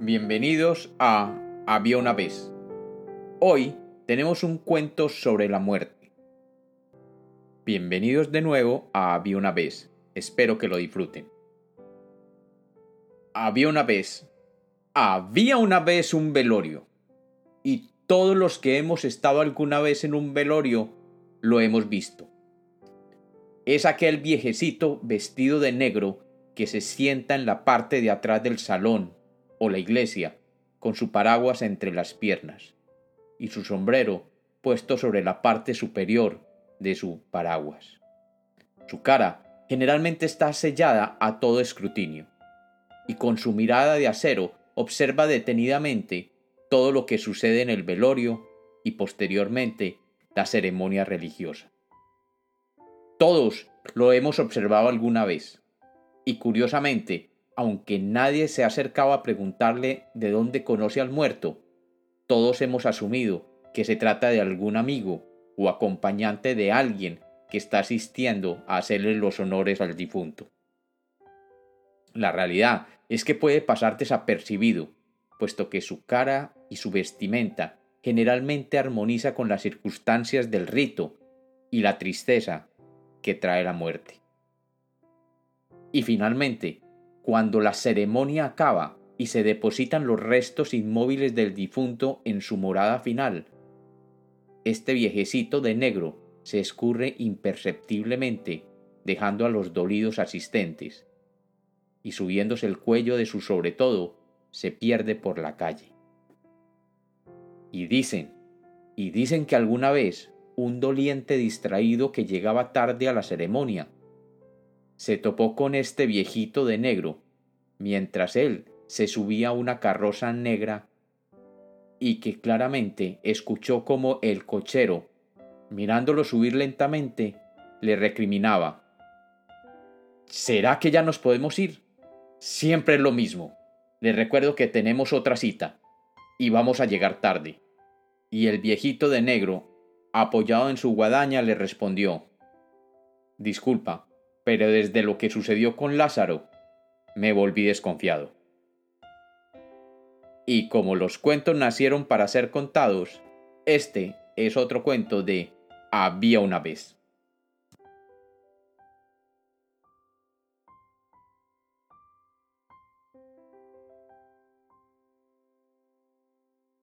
Bienvenidos a Había una vez. Hoy tenemos un cuento sobre la muerte. Bienvenidos de nuevo a Había una vez. Espero que lo disfruten. Había una vez un velorio. Y todos los que hemos estado alguna vez en un velorio lo hemos visto. Es aquel viejecito vestido de negro que se sienta en la parte de atrás del salón o la iglesia, con su paraguas entre las piernas y su sombrero puesto sobre la parte superior de su paraguas. Su cara generalmente está sellada a todo escrutinio, y con su mirada de acero observa detenidamente todo lo que sucede en el velorio y posteriormente la ceremonia religiosa. Todos lo hemos observado alguna vez, y curiosamente, aunque nadie se ha acercado a preguntarle de dónde conoce al muerto, todos hemos asumido que se trata de algún amigo o acompañante de alguien que está asistiendo a hacerle los honores al difunto. La realidad es que puede pasar desapercibido, puesto que su cara y su vestimenta generalmente armoniza con las circunstancias del rito y la tristeza que trae la muerte. Y finalmente, cuando la ceremonia acaba y se depositan los restos inmóviles del difunto en su morada final, este viejecito de negro se escurre imperceptiblemente, dejando a los dolidos asistentes, y subiéndose el cuello de su sobretodo, se pierde por la calle. Y dicen que alguna vez un doliente distraído que llegaba tarde a la ceremonia se topó con este viejito de negro mientras él se subía a una carroza negra y que claramente escuchó como el cochero, mirándolo subir lentamente, le recriminaba: ¿Será que ya nos podemos ir? Siempre es lo mismo. Les recuerdo que tenemos otra cita y vamos a llegar tarde. Y el viejito de negro, apoyado en su guadaña, le respondió: Disculpa, pero desde lo que sucedió con Lázaro, me volví desconfiado. Y como los cuentos nacieron para ser contados, este es otro cuento de Había una vez.